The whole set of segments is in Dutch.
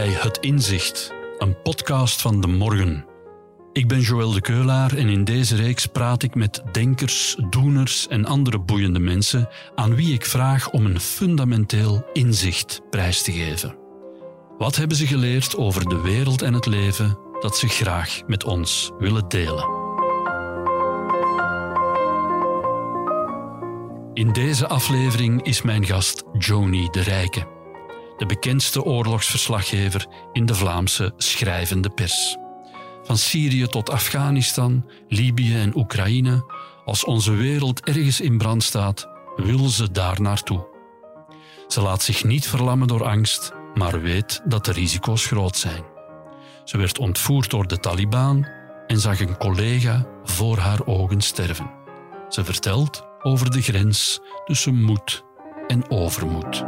bij Het Inzicht, een podcast van De Morgen. Ik ben Joël de Keulaar en in deze reeks praat ik met denkers, doeners en andere boeiende mensen aan wie ik vraag om een fundamenteel inzicht prijs te geven. Wat hebben ze geleerd over de wereld en het leven dat ze graag met ons willen delen? In deze aflevering is mijn gast Joni de Rijke, de bekendste oorlogsverslaggever in de Vlaamse schrijvende pers. Van Syrië tot Afghanistan, Libië en Oekraïne, als onze wereld ergens in brand staat, wil ze daar naartoe. Ze laat zich niet verlammen door angst, maar weet dat de risico's groot zijn. Ze werd ontvoerd door de Taliban en zag een collega voor haar ogen sterven. Ze vertelt over de grens tussen moed en overmoed.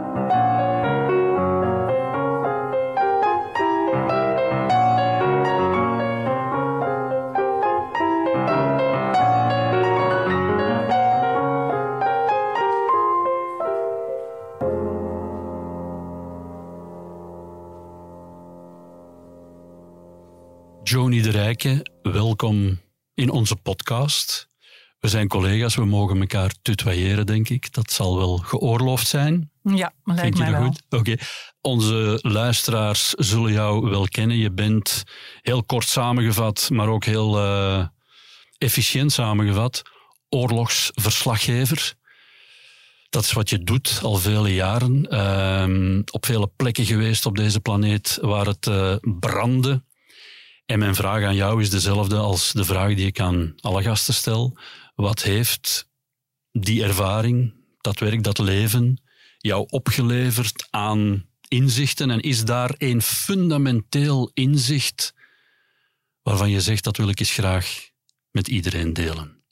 Joni de Rijke, welkom in onze podcast. We zijn collega's, we mogen elkaar tutoyeren, denk ik. Dat zal wel geoorloofd zijn. Ja, lijkt mij wel. Goed? Oké. Onze luisteraars zullen jou wel kennen. Je bent heel kort samengevat, maar ook heel efficiënt samengevat. Oorlogsverslaggever. Dat is wat je doet al vele jaren. Op vele plekken geweest op deze planeet waar het brandde. En mijn vraag aan jou is dezelfde als de vraag die ik aan alle gasten stel. Wat heeft die ervaring, dat werk, dat leven jou opgeleverd aan inzichten? En is daar een fundamenteel inzicht waarvan je zegt dat wil ik eens graag met iedereen delen?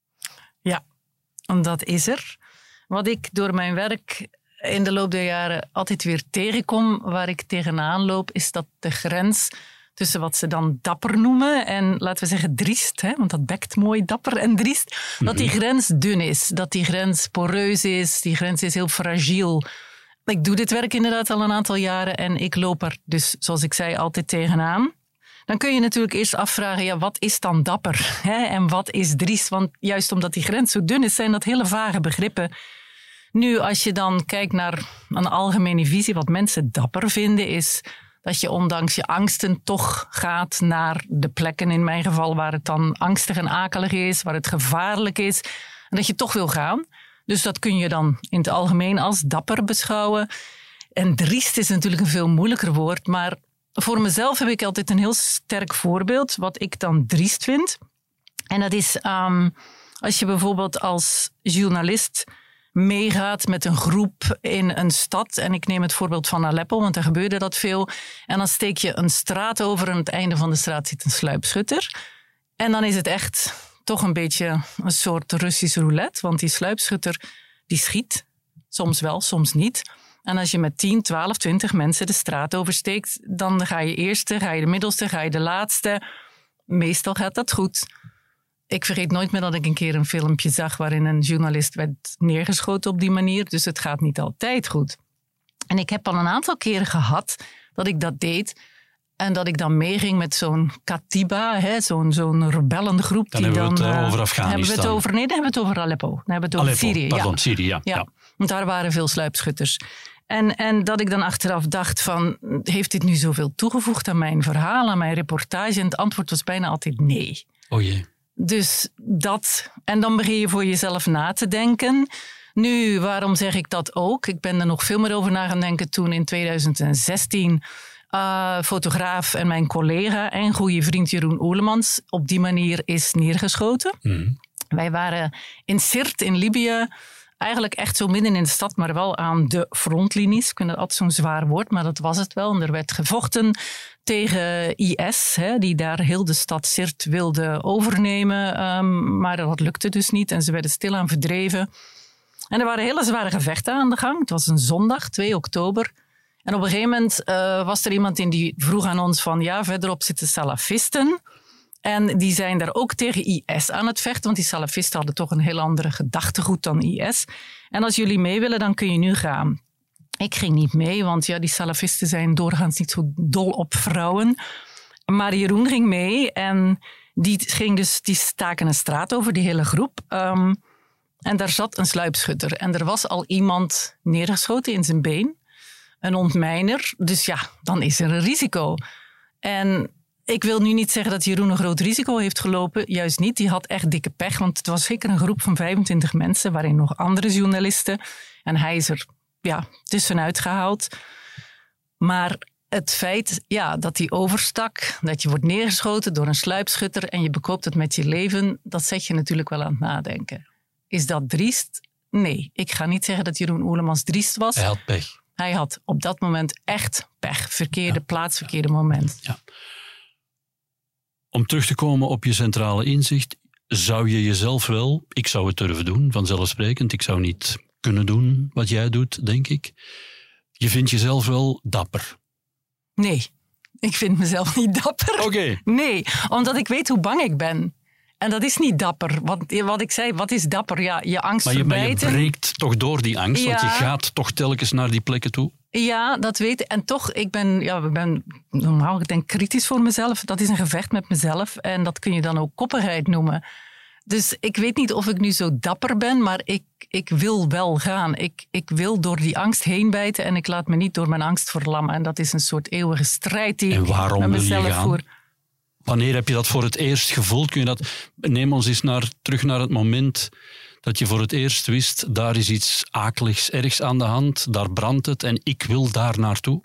Ja, dat is er. Wat ik door mijn werk in de loop der jaren altijd weer tegenkom, waar ik tegenaan loop, is dat de grens tussen wat ze dan dapper noemen en, laten we zeggen, driest, hè, want dat bekt mooi, dapper en driest, dat die grens dun is, dat die grens poreus is, die grens is heel fragiel. Ik doe dit werk inderdaad al een aantal jaren en ik loop er dus, zoals ik zei, altijd tegenaan. Dan kun je natuurlijk eerst afvragen, ja, wat is dan dapper? Hè? En wat is driest? Want juist omdat die grens zo dun is, zijn dat hele vage begrippen. Nu, als je dan kijkt naar een algemene visie, wat mensen dapper vinden, is dat je ondanks je angsten toch gaat naar de plekken, in mijn geval, waar het dan angstig en akelig is, waar het gevaarlijk is, en dat je toch wil gaan. Dus dat kun je dan in het algemeen als dapper beschouwen. En driest is natuurlijk een veel moeilijker woord, maar voor mezelf heb ik altijd een heel sterk voorbeeld wat ik dan driest vind. En dat is als je bijvoorbeeld als journalist meegaat met een groep in een stad. En ik neem het voorbeeld van Aleppo, want daar gebeurde dat veel. En dan steek je een straat over en aan het einde van de straat zit een sluipschutter. En dan is het echt toch een beetje een soort Russisch roulette, want die sluipschutter die schiet. Soms wel, soms niet. En als je met 10, 12, 20 mensen de straat oversteekt, dan ga je eerste, ga je de middelste, ga je de laatste. Meestal gaat dat goed. Ik vergeet nooit meer dat ik een keer een filmpje zag waarin een journalist werd neergeschoten op die manier. Dus het gaat niet altijd goed. En ik heb al een aantal keren gehad dat ik dat deed. En dat ik dan meeging met zo'n Katiba, hè, zo'n rebellengroep. Dan hebben we het over Afghanistan. Dan hebben we het over Aleppo. Dan hebben we het over Syrië. Pardon, ja. Syrië, ja. Want daar waren veel sluipschutters. En dat ik dan achteraf dacht van, heeft dit nu zoveel toegevoegd aan mijn verhaal, aan mijn reportage? En het antwoord was bijna altijd nee. O jee. Dus dat, en dan begin je voor jezelf na te denken. Nu, waarom zeg ik dat ook? Ik ben er nog veel meer over na gaan denken toen in 2016 fotograaf en mijn collega en goede vriend Jeroen Oelemans op die manier is neergeschoten. Wij waren in Sirte in Libië, eigenlijk echt zo midden in de stad, maar wel aan de frontlinies. Ik vind dat altijd zo'n zwaar woord, maar dat was het wel. En er werd gevochten tegen IS, hè, die daar heel de stad Sirte wilde overnemen. Maar dat lukte dus niet en ze werden stilaan verdreven. En er waren hele zware gevechten aan de gang. Het was een zondag, 2 oktober. En op een gegeven moment was er iemand in die vroeg aan ons van, ja, verderop zitten salafisten. En die zijn daar ook tegen IS aan het vechten, want die salafisten hadden toch een heel andere gedachtegoed dan IS. En als jullie mee willen, dan kun je nu gaan. Ik ging niet mee, want ja, die salafisten zijn doorgaans niet zo dol op vrouwen. Maar Jeroen ging mee en die staken een straat over, die hele groep. En daar zat een sluipschutter. En er was al iemand neergeschoten in zijn been. Een ontmijner. Dus ja, dan is er een risico. En ik wil nu niet zeggen dat Jeroen een groot risico heeft gelopen. Juist niet. Die had echt dikke pech. Want het was zeker een groep van 25 mensen, waarin nog andere journalisten. En hij is er tussenuit gehaald. Maar het feit dat hij overstak, dat je wordt neergeschoten door een sluipschutter en je bekoopt het met je leven, dat zet je natuurlijk wel aan het nadenken. Is dat driest? Nee, ik ga niet zeggen dat Jeroen Oelemans driest was. Hij had pech. Hij had op dat moment echt pech. Verkeerde plaats, verkeerde moment. Ja. Om terug te komen op je centrale inzicht, zou je jezelf wel, ik zou het durven doen, vanzelfsprekend, ik zou niet kunnen doen wat jij doet, denk ik. Je vindt jezelf wel dapper. Nee, ik vind mezelf niet dapper. Oké. Nee, omdat ik weet hoe bang ik ben. En dat is niet dapper. Wat ik zei, wat is dapper? Ja, je angst verbijten. Maar je breekt toch door die angst, want je gaat toch telkens naar die plekken toe? Ja, dat weet ik. En toch, ik ben normaal, ik denk kritisch voor mezelf. Dat is een gevecht met mezelf. En dat kun je dan ook koppigheid noemen. Dus ik weet niet of ik nu zo dapper ben, maar ik wil wel gaan. Ik wil door die angst heen bijten en ik laat me niet door mijn angst verlammen. En dat is een soort eeuwige strijd die ik met mezelf voer. Wanneer heb je dat voor het eerst gevoeld? Kun je dat, neem ons eens terug naar het moment dat je voor het eerst wist, daar is iets akeligs, ergs aan de hand, daar brandt het en ik wil daar naartoe?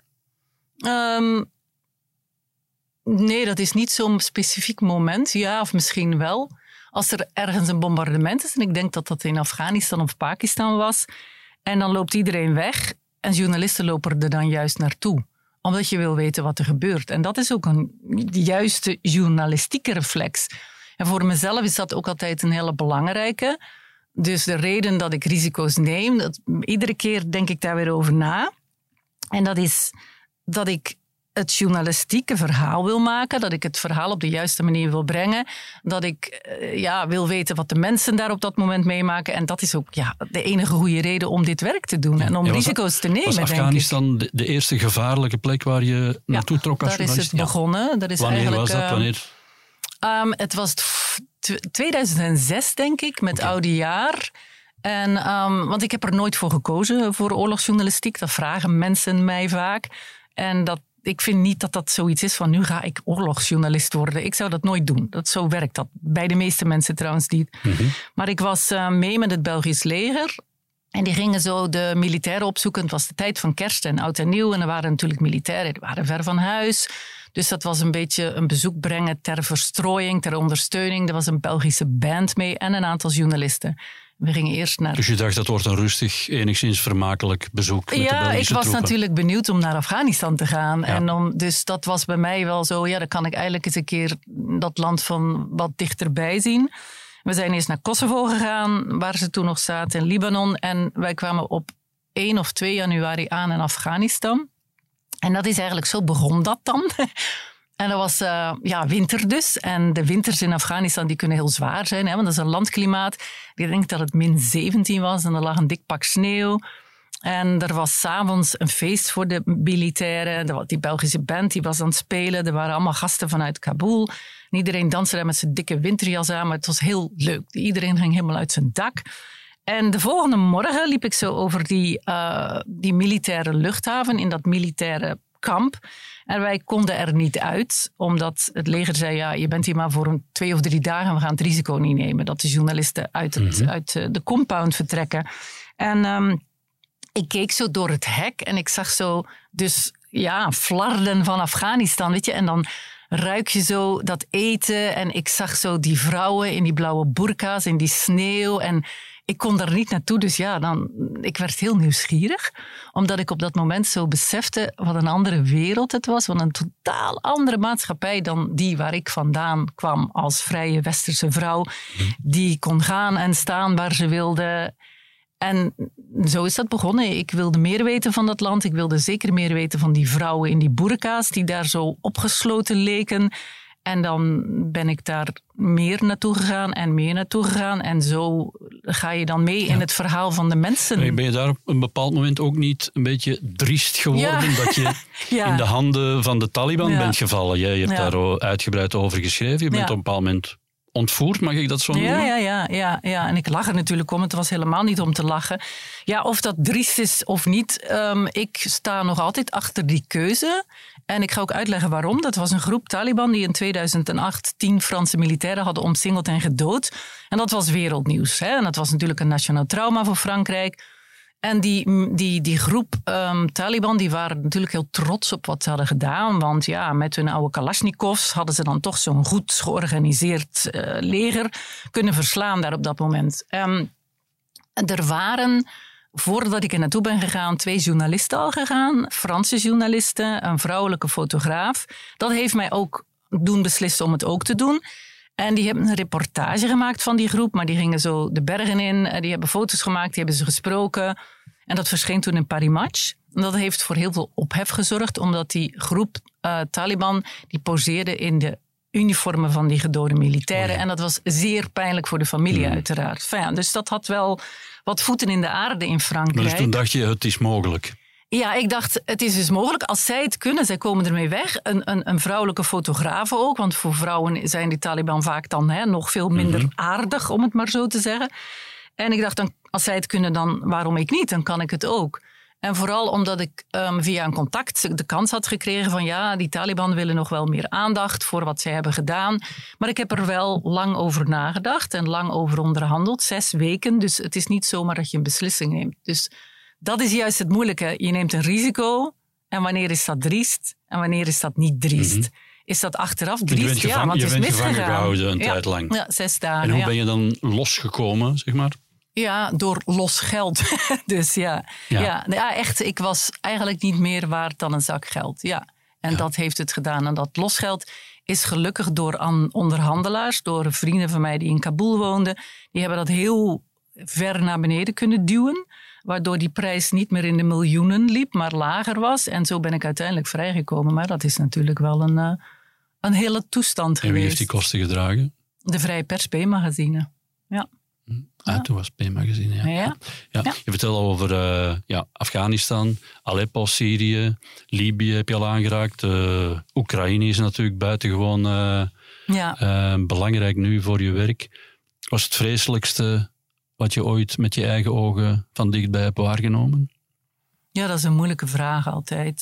Nee, dat is niet zo'n specifiek moment. Ja, of misschien wel. Als er ergens een bombardement is, en ik denk dat dat in Afghanistan of Pakistan was, en dan loopt iedereen weg en journalisten lopen er dan juist naartoe. Omdat je wil weten wat er gebeurt. En dat is ook een juiste journalistieke reflex. En voor mezelf is dat ook altijd een hele belangrijke. Dus de reden dat ik risico's neem, iedere keer denk ik daar weer over na. En dat is dat ik het journalistieke verhaal wil maken, dat ik het verhaal op de juiste manier wil brengen, dat ik wil weten wat de mensen daar op dat moment meemaken. En dat is ook de enige goede reden om dit werk te doen en om risico's te nemen, was Afghanistan de eerste gevaarlijke plek waar je naartoe trok als daar is het begonnen. Dat is Wanneer was dat? Wanneer? Het was 2006, denk ik, met Oudejaar. En, want ik heb er nooit voor gekozen, voor oorlogsjournalistiek. Dat vragen mensen mij vaak. En ik vind niet dat dat zoiets is van nu ga ik oorlogsjournalist worden. Ik zou dat nooit doen. Zo werkt dat. Bij de meeste mensen trouwens niet. Mm-hmm. Maar ik was mee met het Belgisch leger. En die gingen zo de militairen opzoeken. Het was de tijd van kerst en oud en nieuw. En er waren natuurlijk militairen, die waren ver van huis. Dus dat was een beetje een bezoek brengen ter verstrooiing, ter ondersteuning. Er was een Belgische band mee en een aantal journalisten. We gingen eerst naar... Dus je dacht dat wordt een rustig, enigszins vermakelijk bezoek met de Belgische troepen? Ja, ik was natuurlijk benieuwd om naar Afghanistan te gaan. Ja. En dus dat was bij mij wel zo, dan kan ik eigenlijk eens een keer dat land van wat dichterbij zien. We zijn eerst naar Kosovo gegaan, waar ze toen nog zaten, in Libanon. En wij kwamen op 1 of 2 januari aan in Afghanistan. En dat is eigenlijk, zo begon dat dan. En dat was winter dus. En de winters in Afghanistan die kunnen heel zwaar zijn, want dat is een landklimaat. Ik denk dat het -17 was en er lag een dik pak sneeuw. En er was 's avonds een feest voor de militairen. Die Belgische band die was aan het spelen. Er waren allemaal gasten vanuit Kabul. En iedereen danste daar met zijn dikke winterjas aan. Maar het was heel leuk. Iedereen ging helemaal uit zijn dak. En de volgende morgen liep ik zo over die militaire luchthaven in dat militaire kamp. En wij konden er niet uit, omdat het leger zei, je bent hier maar voor 2 of 3 dagen, we gaan het risico niet nemen dat de journalisten uit de compound vertrekken. En ik keek zo door het hek en ik zag zo flarden van Afghanistan, weet je, en dan ruik je zo dat eten en ik zag zo die vrouwen in die blauwe burka's, in die sneeuw en ik kon daar niet naartoe, dus ik werd heel nieuwsgierig. Omdat ik op dat moment zo besefte wat een andere wereld het was. Wat een totaal andere maatschappij dan die waar ik vandaan kwam als vrije westerse vrouw. Die kon gaan en staan waar ze wilde. En zo is dat begonnen. Ik wilde meer weten van dat land. Ik wilde zeker meer weten van die vrouwen in die burka's die daar zo opgesloten leken. En dan ben ik daar meer naartoe gegaan. En zo ga je dan mee in het verhaal van de mensen. Maar ben je daar op een bepaald moment ook niet een beetje driest geworden dat je in de handen van de Taliban bent gevallen? Jij hebt daar uitgebreid over geschreven. Je bent op een bepaald moment ontvoerd, mag ik dat zo noemen? Ja. En ik lach er natuurlijk om. Het was helemaal niet om te lachen. Ja, of dat driest is of niet. Ik sta nog altijd achter die keuze. En ik ga ook uitleggen waarom. Dat was een groep Taliban die in 2008 10 Franse militairen hadden omsingeld en gedood. En dat was wereldnieuws. Hè? En dat was natuurlijk een nationaal trauma voor Frankrijk. En die groep Taliban die waren natuurlijk heel trots op wat ze hadden gedaan. Want ja, met hun oude Kalashnikovs hadden ze dan toch zo'n goed georganiseerd leger kunnen verslaan daar op dat moment. Er waren, voordat ik er naartoe ben gegaan, 2 journalisten al gegaan. Franse journalisten, een vrouwelijke fotograaf. Dat heeft mij ook doen beslissen om het ook te doen. En die hebben een reportage gemaakt van die groep, maar die gingen zo de bergen in. Die hebben foto's gemaakt, die hebben ze gesproken. En dat verscheen toen in Paris Match. En dat heeft voor heel veel ophef gezorgd, omdat die groep Taliban, die poseerde in de uniformen van die gedode militairen. En dat was zeer pijnlijk voor de familie uiteraard. Dus dat had wel wat voeten in de aarde in Frankrijk. Dus toen dacht je, het is mogelijk. Ja, ik dacht, het is dus mogelijk. Als zij het kunnen, zij komen ermee weg. Een vrouwelijke fotograaf ook. Want voor vrouwen zijn die Taliban vaak dan nog veel minder aardig, om het maar zo te zeggen. En ik dacht, als zij het kunnen, dan waarom ik niet? Dan kan ik het ook. En vooral omdat ik via een contact de kans had gekregen van ja, die Taliban willen nog wel meer aandacht voor wat zij hebben gedaan. Maar ik heb er wel lang over nagedacht en lang over onderhandeld. 6 weken, dus het is niet zomaar dat je een beslissing neemt. Dus dat is juist het moeilijke. Je neemt een risico en wanneer is dat driest en wanneer is dat niet driest? Is dat achteraf driest? Je bent gevangen gehouden een tijd lang. Ja, 6 dagen. En hoe ben je dan losgekomen, zeg maar? Ja, door los geld. Dus ja, echt. Ik was eigenlijk niet meer waard dan een zak geld. Ja. En dat heeft het gedaan. En dat losgeld is gelukkig door onderhandelaars, door vrienden van mij die in Kabul woonden. Die hebben dat heel ver naar beneden kunnen duwen. Waardoor die prijs niet meer in de miljoenen liep, maar lager was. En zo ben ik uiteindelijk vrijgekomen. Maar dat is natuurlijk wel een hele toestand geweest. En wie heeft die kosten gedragen? De Vrije Pers P-magazine. Ja. Toen was het P-magazine, ja. Je vertelde over Afghanistan, Aleppo, Syrië, Libië heb je al aangeraakt. Oekraïne is natuurlijk buitengewoon belangrijk nu voor je werk. Wat was het vreselijkste wat je ooit met je eigen ogen van dichtbij hebt waargenomen? Ja, dat is een moeilijke vraag altijd.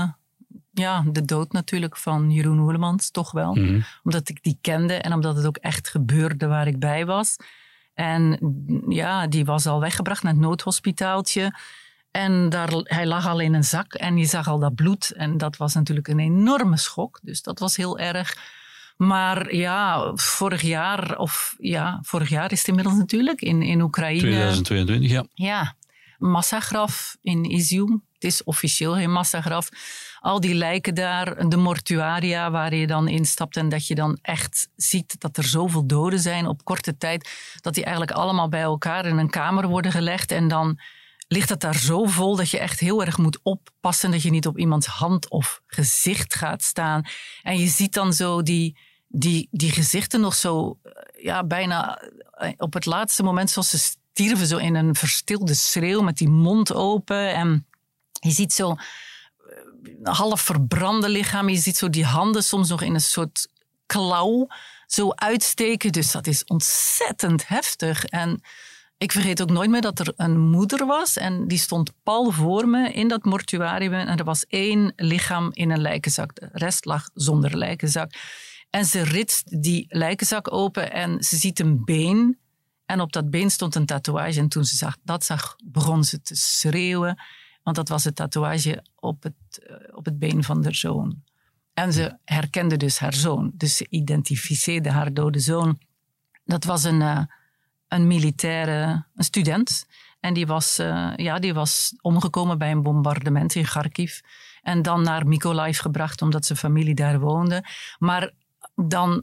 De dood natuurlijk van Jeroen Hoelemans, toch wel. Omdat ik die kende en omdat het ook echt gebeurde waar ik bij was. En ja, die was al weggebracht naar het noodhospitaaltje. En hij lag al in een zak en je zag al dat bloed. En dat was natuurlijk een enorme schok. Dus dat was heel erg. Maar ja, vorig jaar is het inmiddels natuurlijk in Oekraïne. 2022, ja. Ja, massagraf in Izium. Het is officieel geen massagraf. Al die lijken daar, de mortuaria waar je dan instapt en dat je dan echt ziet dat er zoveel doden zijn op korte tijd, dat die eigenlijk allemaal bij elkaar in een kamer worden gelegd en dan ligt het daar zo vol dat je echt heel erg moet oppassen dat je niet op iemands hand of gezicht gaat staan. En je ziet dan zo die gezichten nog zo, bijna op het laatste moment zoals ze stierven, zo in een verstilde schreeuw met die mond open. En je ziet zo een half verbrande lichaam. Je ziet zo die handen soms nog in een soort klauw zo uitsteken. Dus dat is ontzettend heftig. En ik vergeet ook nooit meer dat er een moeder was. En die stond pal voor me in dat mortuarium. En er was 1 lichaam in een lijkenzak. De rest lag zonder lijkenzak. En ze ritst die lijkenzak open en ze ziet een been. En op dat been stond een tatoeage. En toen ze dat zag, begon ze te schreeuwen. Want dat was het tatoeage op het been van haar zoon. En ze herkende dus haar zoon. Dus ze identificeerde haar dode zoon. Dat was een militaire, een student. En die was omgekomen bij een bombardement in Kharkiv. En dan naar Mykolaiv gebracht, omdat zijn familie daar woonde. Maar dan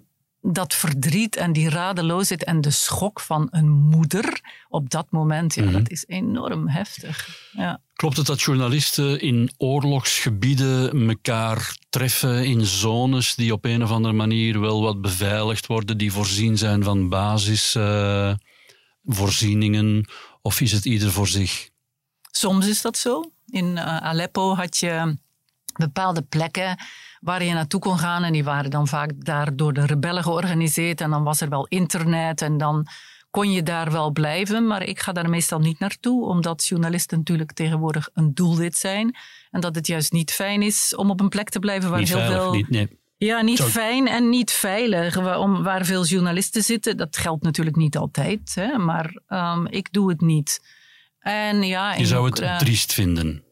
dat verdriet en die radeloosheid en de schok van een moeder op dat moment, dat is enorm heftig. Ja. Klopt het dat journalisten in oorlogsgebieden elkaar treffen in zones die op een of andere manier wel wat beveiligd worden, die voorzien zijn van basisvoorzieningen, of is het ieder voor zich? Soms is dat zo. In Aleppo had je bepaalde plekken waar je naartoe kon gaan en die waren dan vaak daar door de rebellen georganiseerd en dan was er wel internet en dan kon je daar wel blijven, maar ik ga daar meestal niet naartoe, omdat journalisten natuurlijk tegenwoordig een doelwit zijn en dat het juist niet fijn is om op een plek te blijven waar niet heel veilig, veel... Niet, nee. Ja, niet fijn en niet veilig, waar veel journalisten zitten. Dat geldt natuurlijk niet altijd, hè, maar ik doe het niet. En ja, je zou het triest vinden.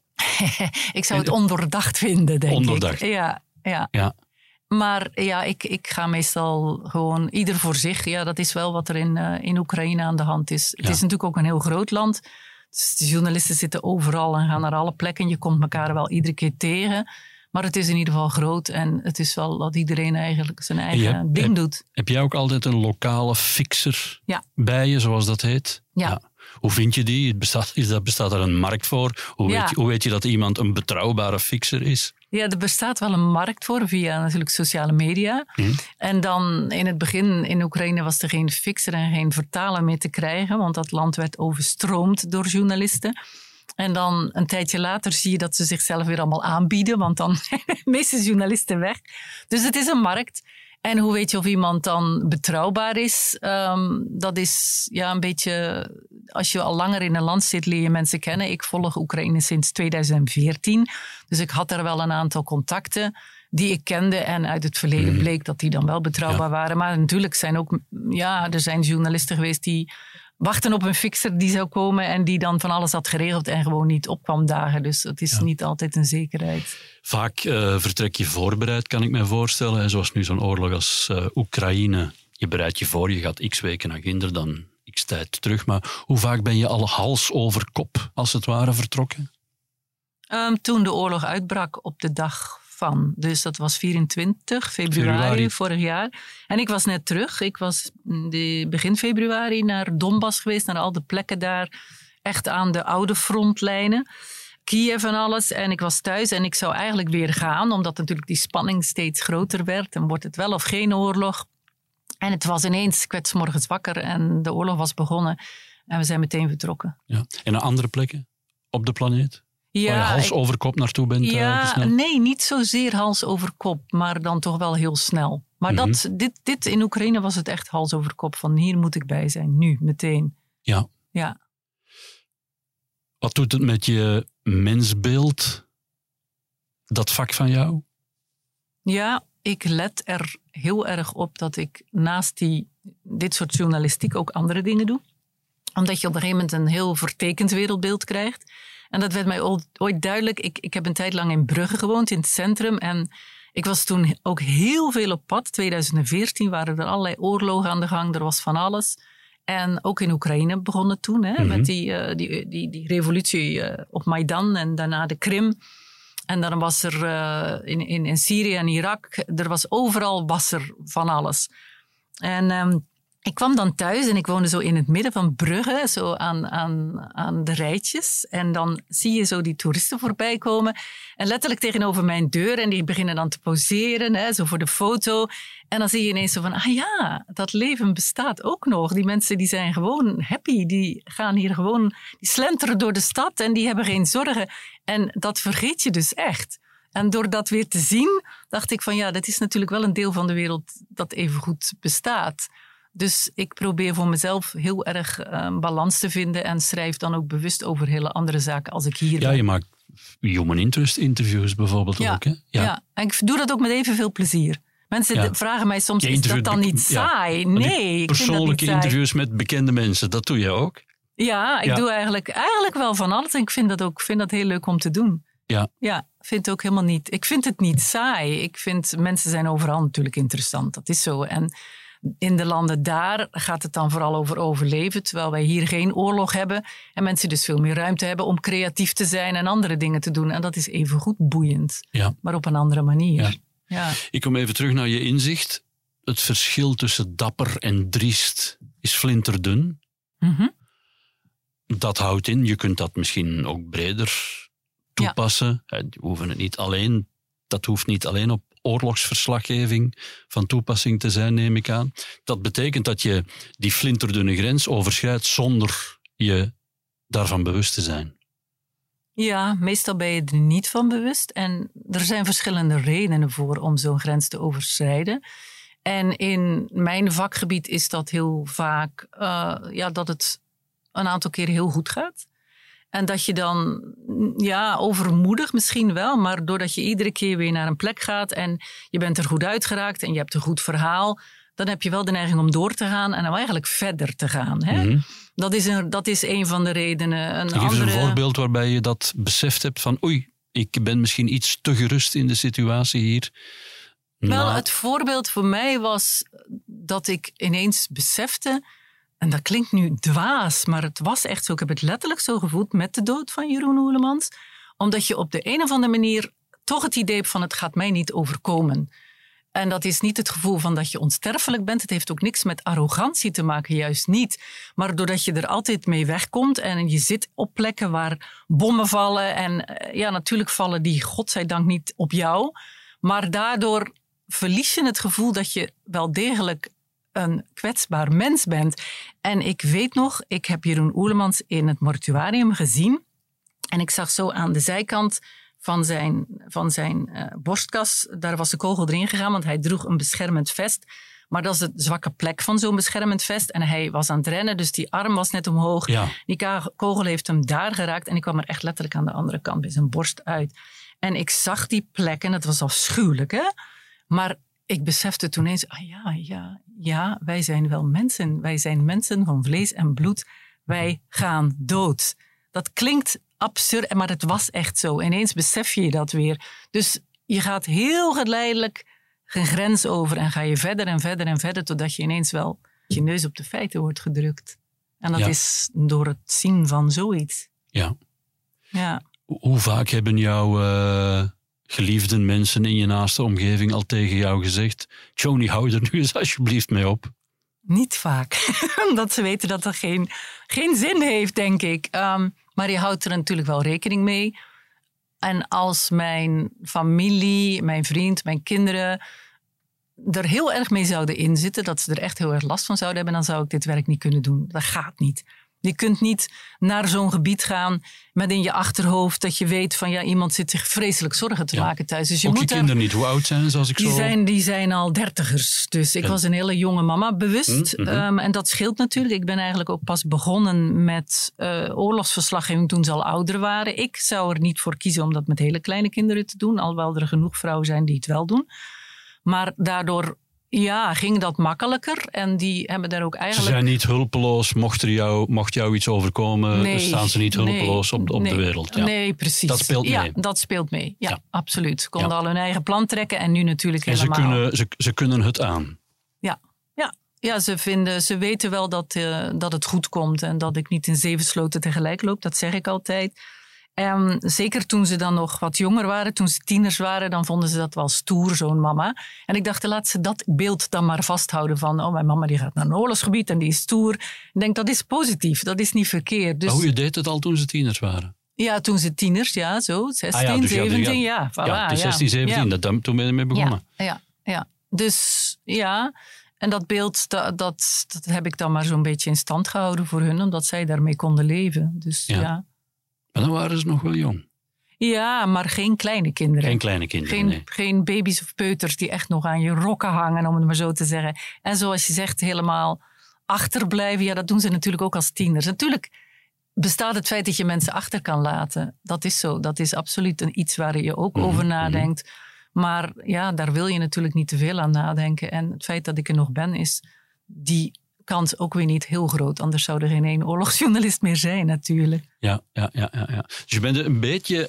Ik zou het ondoordacht vinden, denk ondoordacht. ik. Ja. Maar ja, ik ga meestal gewoon ieder voor zich. Ja, dat is wel wat er in Oekraïne aan de hand is. Het is natuurlijk ook een heel groot land. Dus de journalisten zitten overal en gaan naar alle plekken. Je komt elkaar wel iedere keer tegen. Maar het is in ieder geval groot en het is wel dat iedereen eigenlijk zijn eigen ding doet. Heb jij ook altijd een lokale fixer bij je, zoals dat heet? Ja. Hoe vind je die? Bestaat er een markt voor? Hoe weet je dat iemand een betrouwbare fixer is? Ja, er bestaat wel een markt voor via natuurlijk sociale media. En dan in het begin in Oekraïne was er geen fixer en geen vertaler meer te krijgen, want dat land werd overstroomd door journalisten. En dan een tijdje later zie je dat ze zichzelf weer allemaal aanbieden, want dan zijn de meeste journalisten weg. Dus het is een markt. En hoe weet je of iemand dan betrouwbaar is? Dat is een beetje... Als je al langer in een land zit, leer je mensen kennen. Ik volg Oekraïne sinds 2014. Dus ik had er wel een aantal contacten die ik kende. En uit het verleden bleek dat die dan wel betrouwbaar waren. Maar natuurlijk zijn ook... er zijn journalisten geweest die wachten op een fixer die zou komen en die dan van alles had geregeld en gewoon niet op kwam dagen. Dus het is niet altijd een zekerheid. Vaak vertrek je voorbereid, kan ik me voorstellen. Zoals nu zo'n oorlog als Oekraïne. Je bereidt je voor, je gaat x weken naar ginder, dan x tijd terug. Maar hoe vaak ben je al hals over kop, als het ware, vertrokken? Toen de oorlog uitbrak op de dag van. Dus dat was 24 februari vorig jaar. En ik was net terug. Ik was begin februari naar Donbass geweest, naar al de plekken daar. Echt aan de oude frontlijnen. Kiev en alles. En ik was thuis en ik zou eigenlijk weer gaan, omdat natuurlijk die spanning steeds groter werd. En wordt het wel of geen oorlog? En het was ineens, ik werd 's morgens wakker en de oorlog was begonnen. En we zijn meteen vertrokken. Ja. En naar andere plekken op de planeet? Ja, waar je hals over kop naartoe bent? Nee, niet zozeer hals over kop, maar dan toch wel heel snel. Maar dit in Oekraïne was het echt hals over kop. Van hier moet ik bij zijn, nu, meteen. Ja. Wat doet het met je mensbeeld, dat vak van jou? Ja, ik let er heel erg op dat ik naast dit soort journalistiek ook andere dingen doe. Omdat je op een gegeven moment een heel vertekend wereldbeeld krijgt. En dat werd mij ooit duidelijk. Ik heb een tijd lang in Brugge gewoond, in het centrum. En ik was toen ook heel veel op pad. 2014 waren er allerlei oorlogen aan de gang. Er was van alles. En ook in Oekraïne begon het toen. Met die revolutie op Maidan en daarna de Krim. En dan was er in Syrië en Irak. Overal was er van alles. En ik kwam dan thuis en ik woonde zo in het midden van Brugge, zo aan de rijtjes. En dan zie je zo die toeristen voorbij komen. En letterlijk tegenover mijn deur. En die beginnen dan te poseren, zo voor de foto. En dan zie je ineens zo van, dat leven bestaat ook nog. Die mensen die zijn gewoon happy. Die gaan hier gewoon, die slenteren door de stad en die hebben geen zorgen. En dat vergeet je dus echt. En door dat weer te zien, dacht ik van dat is natuurlijk wel een deel van de wereld dat evengoed bestaat. Dus ik probeer voor mezelf heel erg balans te vinden en schrijf dan ook bewust over hele andere zaken als ik hier ben. Je maakt human interest interviews bijvoorbeeld ook, hè? Ja, en ik doe dat ook met evenveel plezier. Mensen vragen mij soms, is dat dan niet saai? Nee, ik vind dat niet saai. Persoonlijke interviews met bekende mensen, dat doe je ook? Ja, ik doe eigenlijk wel van alles en ik vind dat heel leuk om te doen. Ja, vind het ook helemaal niet. Ik vind het niet saai. Ik vind, mensen zijn overal natuurlijk interessant, dat is zo. En in de landen daar gaat het dan vooral over overleven, terwijl wij hier geen oorlog hebben en mensen dus veel meer ruimte hebben om creatief te zijn en andere dingen te doen. En dat is evengoed boeiend, maar op een andere manier. Ja. Ik kom even terug naar je inzicht. het verschil tussen dapper en driest is flinterdun. Mm-hmm. Dat houdt in, je kunt dat misschien ook breder toepassen. Ja. Dat hoeft niet alleen op oorlogsverslaggeving van toepassing te zijn, neem ik aan. Dat betekent dat je die flinterdunne grens overschrijdt zonder je daarvan bewust te zijn. Ja, meestal ben je er niet van bewust. En er zijn verschillende redenen voor om zo'n grens te overschrijden. En in mijn vakgebied is dat heel vaak dat het een aantal keren heel goed gaat. En dat je dan, overmoedig misschien wel, maar doordat je iedere keer weer naar een plek gaat en je bent er goed uitgeraakt en je hebt een goed verhaal, dan heb je wel de neiging om door te gaan en om eigenlijk verder te gaan. Hè? Mm-hmm. Dat is een van de redenen. Geef eens een voorbeeld waarbij je dat beseft hebt van oei, ik ben misschien iets te gerust in de situatie hier. Wel, het voorbeeld voor mij was dat ik ineens besefte, en dat klinkt nu dwaas, maar het was echt zo. Ik heb het letterlijk zo gevoeld met de dood van Jeroen Oelemans. Omdat je op de een of andere manier toch het idee hebt van het gaat mij niet overkomen. En dat is niet het gevoel van dat je onsterfelijk bent. Het heeft ook niks met arrogantie te maken, juist niet. Maar doordat je er altijd mee wegkomt en je zit op plekken waar bommen vallen. En natuurlijk vallen die godzijdank niet op jou. Maar daardoor verlies je het gevoel dat je wel degelijk een kwetsbaar mens bent. En ik weet nog, ik heb Jeroen Oelemans in het mortuarium gezien. En ik zag zo aan de zijkant van zijn borstkas, daar was de kogel erin gegaan, want hij droeg een beschermend vest. Maar dat is de zwakke plek van zo'n beschermend vest. En hij was aan het rennen, dus die arm was net omhoog. Ja. Die kogel heeft hem daar geraakt en ik kwam er echt letterlijk aan de andere kant bij zijn borst uit. En ik zag die plek en het was afschuwelijk, hè? Maar ik besefte toen eens, wij zijn wel mensen. Wij zijn mensen van vlees en bloed. Wij gaan dood. Dat klinkt absurd, maar het was echt zo. Ineens besef je dat weer. Dus je gaat heel geleidelijk een grens over en ga je verder en verder en verder, totdat je ineens wel je neus op de feiten wordt gedrukt. En dat is door het zien van zoiets. Ja. Hoe vaak hebben jouw geliefde mensen in je naaste omgeving al tegen jou gezegd, Joni, hou er nu eens alsjeblieft mee op? Niet vaak. Omdat ze weten dat dat geen zin heeft, denk ik. Maar je houdt er natuurlijk wel rekening mee. En als mijn familie, mijn vriend, mijn kinderen er heel erg mee zouden inzitten, dat ze er echt heel erg last van zouden hebben, dan zou ik dit werk niet kunnen doen. Dat gaat niet. Je kunt niet naar zo'n gebied gaan met in je achterhoofd dat je weet van iemand zit zich vreselijk zorgen te maken thuis. Dus ook je kinderen niet. Hoe oud zijn ze als ik Die zijn al 30ers. Dus ik was een hele jonge mama, bewust. En dat scheelt natuurlijk. Ik ben eigenlijk ook pas begonnen met oorlogsverslaggeving toen ze al ouder waren. Ik zou er niet voor kiezen om dat met hele kleine kinderen te doen. Alhoewel er genoeg vrouwen zijn die het wel doen. Maar daardoor ging dat makkelijker. En die hebben daar ook eigenlijk... Ze zijn niet hulpeloos. Mocht jou iets overkomen, staan ze niet hulpeloos op de wereld. Ja. Nee, precies. Dat speelt mee. Ja, dat speelt mee. Ja. Absoluut. Ze konden al hun eigen plan trekken en nu natuurlijk en helemaal. Ze kunnen het aan. Ja, ze weten wel dat het goed komt en dat ik niet in 7 sloten tegelijk loop. Dat zeg ik altijd. Zeker toen ze dan nog wat jonger waren, toen ze tieners waren, dan vonden ze dat wel stoer, zo'n mama. En ik dacht, laat ze dat beeld dan maar vasthouden van, mijn mama die gaat naar een oorlogsgebied en die is stoer. Ik denk, dat is positief, dat is niet verkeerd. Dus, hoe je deed het al toen ze tieners waren? Ja, toen ze tieners, 16, dus 17, voilà. Ja, 16, 17, toen ben je mee begonnen. Ja. Dus en dat beeld, dat heb ik dan maar zo'n beetje in stand gehouden voor hun, omdat zij daarmee konden leven. Dus ja. Maar dan waren ze nog wel jong. Ja, maar geen kleine kinderen. Geen kleine kinderen, Geen baby's of peuters die echt nog aan je rokken hangen, om het maar zo te zeggen. En zoals je zegt, helemaal achterblijven. Dat doen ze natuurlijk ook als tieners. Natuurlijk bestaat het feit dat je mensen achter kan laten. Dat is zo. Dat is absoluut iets waar je ook over nadenkt. Maar daar wil je natuurlijk niet te veel aan nadenken. En het feit dat ik er nog ben, is die kans ook weer niet heel groot. Anders zou er geen één oorlogsjournalist meer zijn, natuurlijk. Ja. Dus je bent een beetje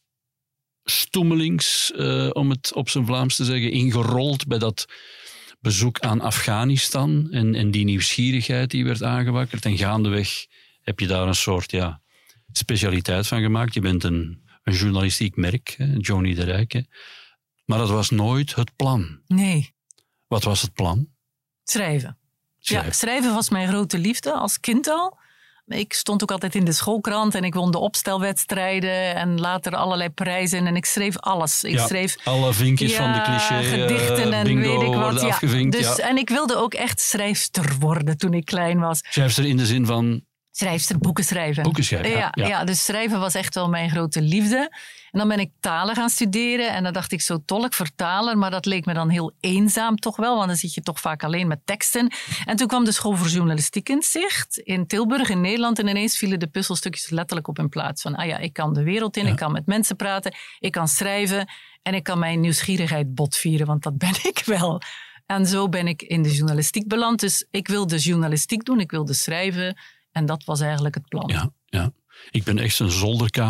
stoemelings, om het op zijn Vlaams te zeggen, ingerold bij dat bezoek aan Afghanistan en die nieuwsgierigheid die werd aangewakkerd. En gaandeweg heb je daar een soort specialiteit van gemaakt. Je bent een journalistiek merk, Joni de Rijke. Maar dat was nooit het plan. Nee. Wat was het plan? Schrijven. Ja, schrijven was mijn grote liefde, als kind al. Ik stond ook altijd in de schoolkrant en ik won de opstelwedstrijden en later allerlei prijzen en ik schreef alles. Ik schreef alle vinkjes van de cliché, gedichten en bingo weet ik wat. worden afgevinkt. Dus, en ik wilde ook echt schrijfster worden toen ik klein was. Schrijfster in de zin van... Schrijfster, boeken schrijven. Boeken schrijven, ja, dus schrijven was echt wel mijn grote liefde. En dan ben ik talen gaan studeren en dan dacht ik zo tolk-vertaler, maar dat leek me dan heel eenzaam toch wel, want dan zit je toch vaak alleen met teksten. En toen kwam de school voor journalistiek in zicht in Tilburg in Nederland en ineens vielen de puzzelstukjes letterlijk op hun plaats. Van, ik kan de wereld in, ik kan met mensen praten, ik kan schrijven en ik kan mijn nieuwsgierigheid botvieren, want dat ben ik wel. En zo ben ik in de journalistiek beland. Dus ik wilde journalistiek doen, ik wilde schrijven. En dat was eigenlijk het plan. Ja. Ik ben echt een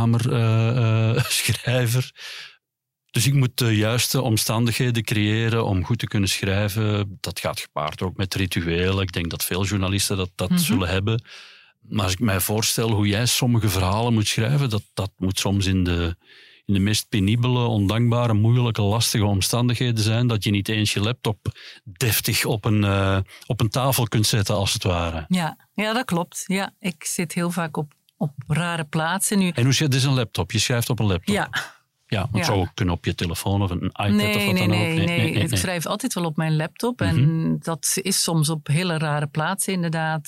zolderkamer-schrijver. Dus ik moet de juiste omstandigheden creëren om goed te kunnen schrijven. Dat gaat gepaard ook met rituelen. Ik denk dat veel journalisten dat zullen hebben. Maar als ik mij voorstel hoe jij sommige verhalen moet schrijven, dat moet soms in de meest penibele, ondankbare, moeilijke, lastige omstandigheden zijn, dat je niet eens je laptop deftig op een tafel kunt zetten, als het ware. Ja, dat klopt. Ja, ik zit heel vaak op rare plaatsen nu. En hoe zit dit een laptop? Je schrijft op een laptop? Ja, het zou ook kunnen op je telefoon of een iPad of wat dan ook. Nee. Ik schrijf altijd wel op mijn laptop. En dat is soms op hele rare plaatsen inderdaad.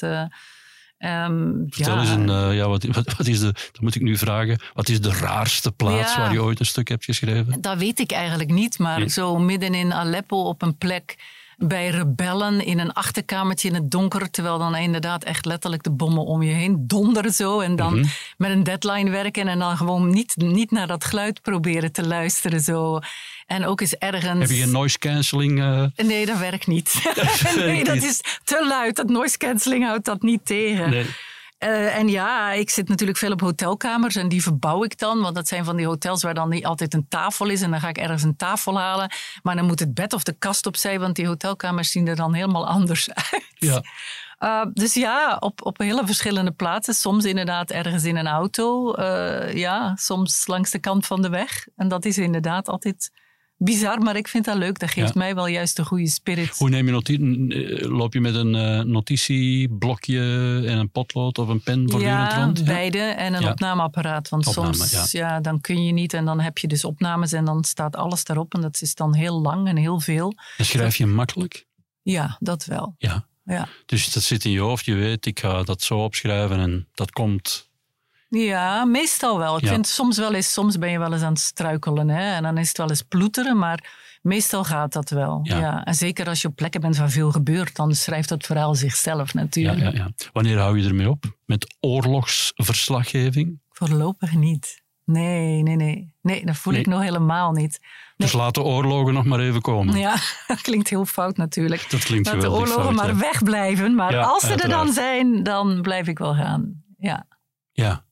Vertel eens, wat is dan moet ik nu vragen, wat is de raarste plaats waar je ooit een stuk hebt geschreven? Dat weet ik eigenlijk niet, maar zo midden in Aleppo op een plek bij rebellen in een achterkamertje in het donker, terwijl dan inderdaad echt letterlijk de bommen om je heen donderen zo en dan met een deadline werken en dan gewoon niet naar dat geluid proberen te luisteren zo. En ook eens ergens... Heb je een noise cancelling? Nee, dat werkt niet. Dat is te luid. Dat noise cancelling houdt dat niet tegen. Nee. En ik zit natuurlijk veel op hotelkamers en die verbouw ik dan. Want dat zijn van die hotels waar dan niet altijd een tafel is. En dan ga ik ergens een tafel halen. Maar dan moet het bed of de kast opzij, want die hotelkamers zien er dan helemaal anders uit. Ja. Dus op hele verschillende plaatsen. Soms inderdaad ergens in een auto. Soms langs de kant van de weg. En dat is inderdaad altijd... bizar, maar ik vind dat leuk. Dat geeft mij wel juist een goede spirit. Hoe neem je loop je met een notitieblokje en een potlood of een pen voortdurend rond? Ja, beide en een opnameapparaat. Want soms dan kun je niet en dan heb je dus opnames en dan staat alles daarop en dat is dan heel lang en heel veel. En schrijf je makkelijk? Ja, dat wel. Ja. Dus dat zit in je hoofd, je weet, ik ga dat zo opschrijven en dat komt... Ja, meestal wel. Ik vind soms ben je wel eens aan het struikelen. Hè? En dan is het wel eens ploeteren, maar meestal gaat dat wel. Ja. En zeker als je op plekken bent waar veel gebeurt, dan schrijft het verhaal zichzelf natuurlijk. Ja. Wanneer hou je ermee op? Met oorlogsverslaggeving? Voorlopig niet. Nee, dat voel ik nog helemaal niet. Nee. Dus laat de oorlogen nog maar even komen. Ja, dat klinkt heel fout natuurlijk. Dat klinkt geweldig fout. Laat de oorlogen maar wegblijven. Maar als ze er dan zijn, dan blijf ik wel gaan. Ja.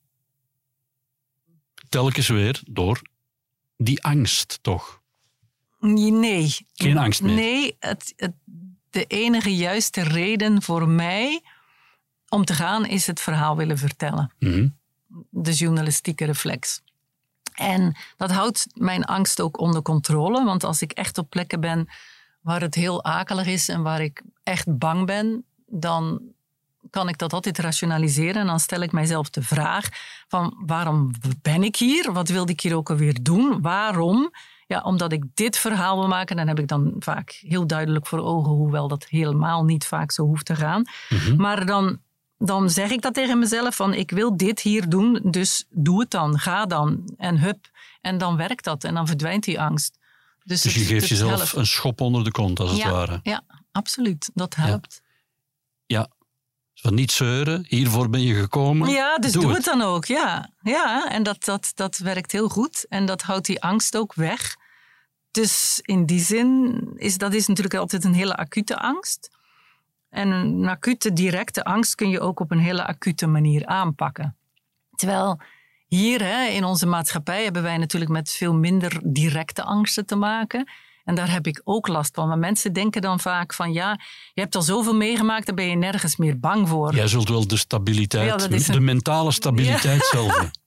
Telkens weer door die angst, toch? Nee. Geen angst meer? Nee, de enige juiste reden voor mij om te gaan is het verhaal willen vertellen. De journalistieke reflex. En dat houdt mijn angst ook onder controle, want als ik echt op plekken ben waar het heel akelig is en waar ik echt bang ben, dan kan ik dat altijd rationaliseren en dan stel ik mijzelf de vraag van waarom ben ik hier? Wat wilde ik hier ook alweer doen? Waarom? Ja, omdat ik dit verhaal wil maken, dan heb ik dan vaak heel duidelijk voor ogen, hoewel dat helemaal niet vaak zo hoeft te gaan. Maar dan zeg ik dat tegen mezelf van ik wil dit hier doen, dus doe het dan, ga dan en hup. En dan werkt dat en dan verdwijnt die angst. Dus je geeft jezelf een schop onder de kont, als het ware. Ja, absoluut. Dat helpt. Ja. Van niet zeuren, hiervoor ben je gekomen. Ja, dus doe het dan ook. Ja, en dat werkt heel goed. En dat houdt die angst ook weg. Dus in die zin is natuurlijk altijd een hele acute angst. En een acute, directe angst kun je ook op een hele acute manier aanpakken. Terwijl hier in onze maatschappij hebben wij natuurlijk met veel minder directe angsten te maken. En daar heb ik ook last van. Maar mensen denken dan vaak van je hebt al zoveel meegemaakt, daar ben je nergens meer bang voor. Jij zult wel de stabiliteit, de mentale stabiliteit zelf.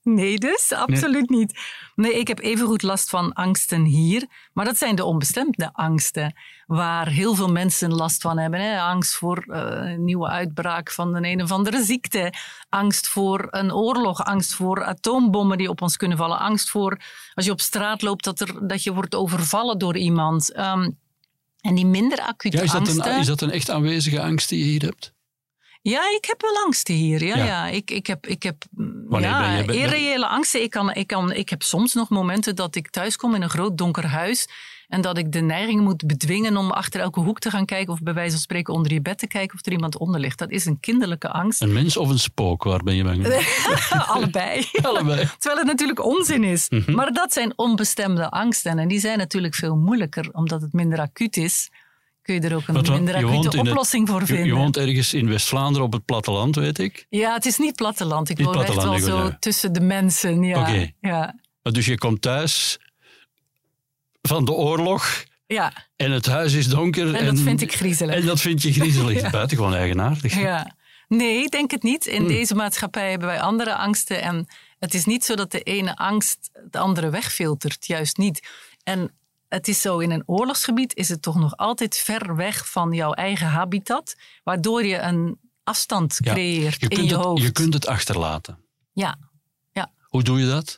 Nee, dus absoluut niet. Nee, ik heb evengoed last van angsten hier. Maar dat zijn de onbestemde angsten. Waar heel veel mensen last van hebben. Hè? Angst voor een nieuwe uitbraak van een of andere ziekte. Angst voor een oorlog. Angst voor atoombommen die op ons kunnen vallen. Angst voor als je op straat loopt dat je wordt overvallen door iemand. En die minder acute angsten... Is dat een echt aanwezige angst die je hier hebt? Ja, ik heb wel angsten hier. Ja. Ik heb irreële angsten. Ik heb soms nog momenten dat ik thuis kom in een groot donker huis en dat ik de neiging moet bedwingen om achter elke hoek te gaan kijken of bij wijze van spreken onder je bed te kijken of er iemand onder ligt. Dat is een kinderlijke angst. Een mens of een spook? Waar ben je bang voor? Allebei. Allebei. Terwijl het natuurlijk onzin is. Mm-hmm. Maar dat zijn onbestemde angsten en die zijn natuurlijk veel moeilijker omdat het minder acuut is. Kun je er ook een minder acute oplossing voor vinden. Je woont ergens in West-Vlaanderen op het platteland, weet ik. Ja, het is niet platteland. Ik woon echt wel zo tussen de mensen. Ja. Okay. Ja. Dus je komt thuis van de oorlog en het huis is donker. En dat vind ik griezelig. En dat vind je griezelig. Buitengewoon eigenaardig. Ja. Nee, ik denk het niet. In deze maatschappij hebben wij andere angsten. En het is niet zo dat de ene angst de andere wegfiltert. Juist niet. En het is zo, in een oorlogsgebied is het toch nog altijd ver weg van jouw eigen habitat, waardoor je een afstand creëert in je hoofd. Je kunt het achterlaten. Ja. Hoe doe je dat?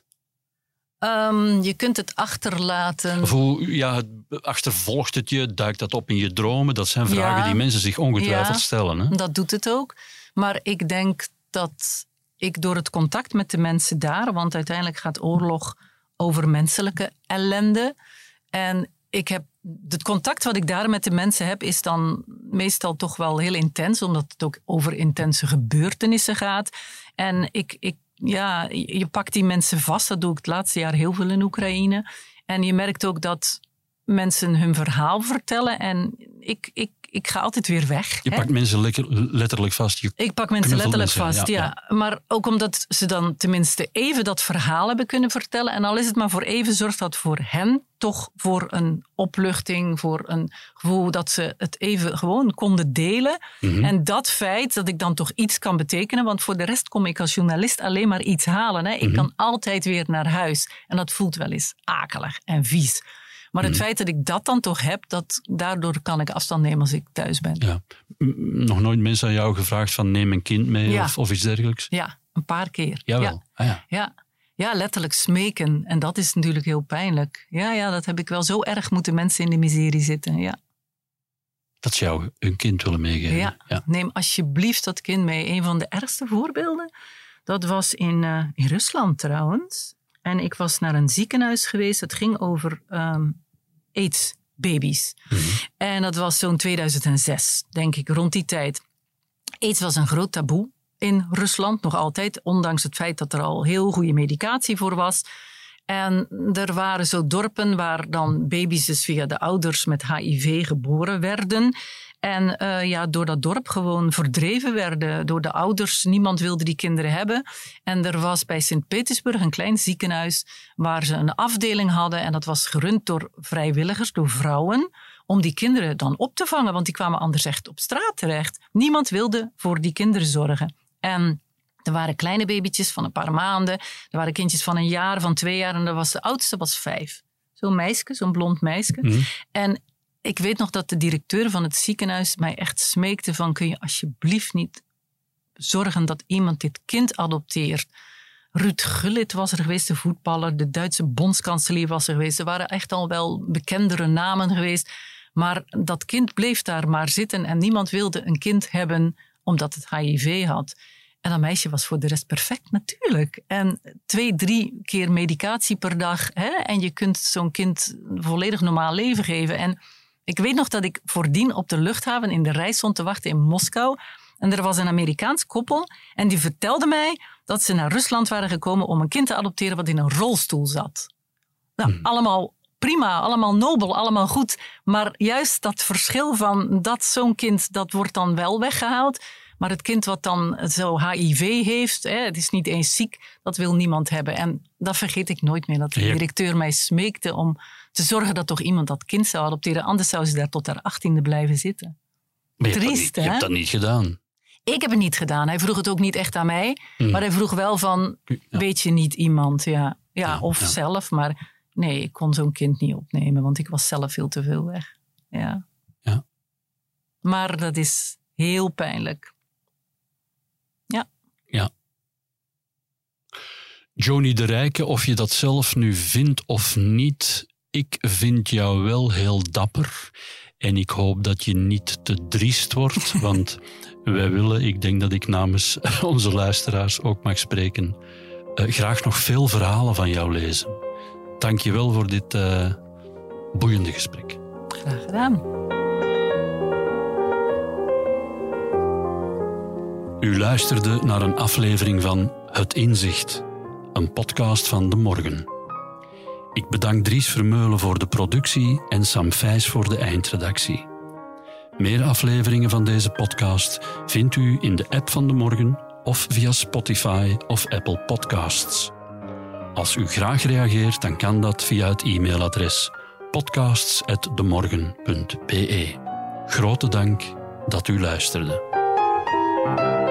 Je kunt het achterlaten. Of het achtervolgt het je, duikt dat op in je dromen? Dat zijn vragen die mensen zich ongetwijfeld stellen. Hè? Dat doet het ook. Maar ik denk dat ik door het contact met de mensen daar, want uiteindelijk gaat oorlog over menselijke ellende. En het contact wat ik daar met de mensen heb, is dan meestal toch wel heel intens, omdat het ook over intense gebeurtenissen gaat. En je pakt die mensen vast. Dat doe ik het laatste jaar heel veel in Oekraïne. En je merkt ook dat mensen hun verhaal vertellen. En ik ga altijd weer weg. Je pakt mensen letterlijk vast. Ik pak mensen letterlijk vast, ja. Maar ook omdat ze dan tenminste even dat verhaal hebben kunnen vertellen. En al is het maar voor even, zorgt dat voor hen toch voor een opluchting, voor een gevoel dat ze het even gewoon konden delen. Mm-hmm. En dat feit dat ik dan toch iets kan betekenen, want voor de rest kom ik als journalist alleen maar iets halen. Hè. Ik kan altijd weer naar huis. En dat voelt wel eens akelig en vies. Maar het feit dat ik dat dan toch heb, daardoor kan ik afstand nemen als ik thuis ben. Ja. Nog nooit mensen aan jou gevraagd van neem een kind mee of iets dergelijks? Ja, een paar keer. Jawel. Ja, letterlijk smeken. En dat is natuurlijk heel pijnlijk. Ja, dat heb ik wel. Zo erg moeten mensen in de miserie zitten. Ja. Dat ze jou een kind willen meegeven. Ja. Neem alsjeblieft dat kind mee. Een van de ergste voorbeelden, dat was in Rusland trouwens. En ik was naar een ziekenhuis geweest. Het ging over AIDS-baby's. Mm-hmm. En dat was zo'n 2006, denk ik, rond die tijd. AIDS was een groot taboe in Rusland, nog altijd. Ondanks het feit dat er al heel goede medicatie voor was. En er waren zo dorpen waar dan baby's dus via de ouders met HIV geboren werden. En door dat dorp gewoon verdreven werden door de ouders. Niemand wilde die kinderen hebben. En er was bij Sint-Petersburg een klein ziekenhuis waar ze een afdeling hadden. En dat was gerund door vrijwilligers, door vrouwen, om die kinderen dan op te vangen. Want die kwamen anders echt op straat terecht. Niemand wilde voor die kinderen zorgen. En er waren kleine babytjes van een paar maanden. Er waren kindjes van 1 jaar, van 2 jaar. En de oudste was 5. Zo'n meisje, zo'n blond meisje. Mm-hmm. En ik weet nog dat de directeur van het ziekenhuis mij echt smeekte van kun je alsjeblieft niet zorgen dat iemand dit kind adopteert. Ruud Gullit was er geweest, de voetballer. De Duitse bondskanselier was er geweest. Er waren echt al wel bekendere namen geweest. Maar dat kind bleef daar maar zitten en niemand wilde een kind hebben omdat het HIV had. En dat meisje was voor de rest perfect, natuurlijk. En 2-3 keer medicatie per dag. Hè? En je kunt zo'n kind een volledig normaal leven geven. En ik weet nog dat ik voordien op de luchthaven in de rij stond te wachten in Moskou. En er was een Amerikaans koppel. En die vertelde mij dat ze naar Rusland waren gekomen om een kind te adopteren wat in een rolstoel zat. Nou, allemaal prima, allemaal nobel, allemaal goed. Maar juist dat verschil van dat zo'n kind, dat wordt dan wel weggehaald. Maar het kind wat dan zo HIV heeft, het is niet eens ziek, dat wil niemand hebben. En dat vergeet ik nooit meer, dat de directeur mij smeekte om te zorgen dat toch iemand dat kind zou adopteren. Anders zou ze daar tot haar 18e blijven zitten. Maar triest, je hebt dat niet gedaan. Ik heb het niet gedaan. Hij vroeg het ook niet echt aan mij. Maar hij vroeg wel van, weet je niet iemand? Of zelf. Maar nee, ik kon zo'n kind niet opnemen. Want ik was zelf veel te veel weg. Ja. Maar dat is heel pijnlijk. Ja. Joni de Rijke, of je dat zelf nu vindt of niet, ik vind jou wel heel dapper. En ik hoop dat je niet te driest wordt, want wij willen, ik denk dat ik namens onze luisteraars ook mag spreken, graag nog veel verhalen van jou lezen. Dank je wel voor dit boeiende gesprek. Graag gedaan. U luisterde naar een aflevering van Het Inzicht, een podcast van De Morgen. Ik bedank Dries Vermeulen voor de productie en Sam Vijs voor de eindredactie. Meer afleveringen van deze podcast vindt u in de app van De Morgen of via Spotify of Apple Podcasts. Als u graag reageert, dan kan dat via het e-mailadres podcasts@demorgen.be. Grote dank dat u luisterde.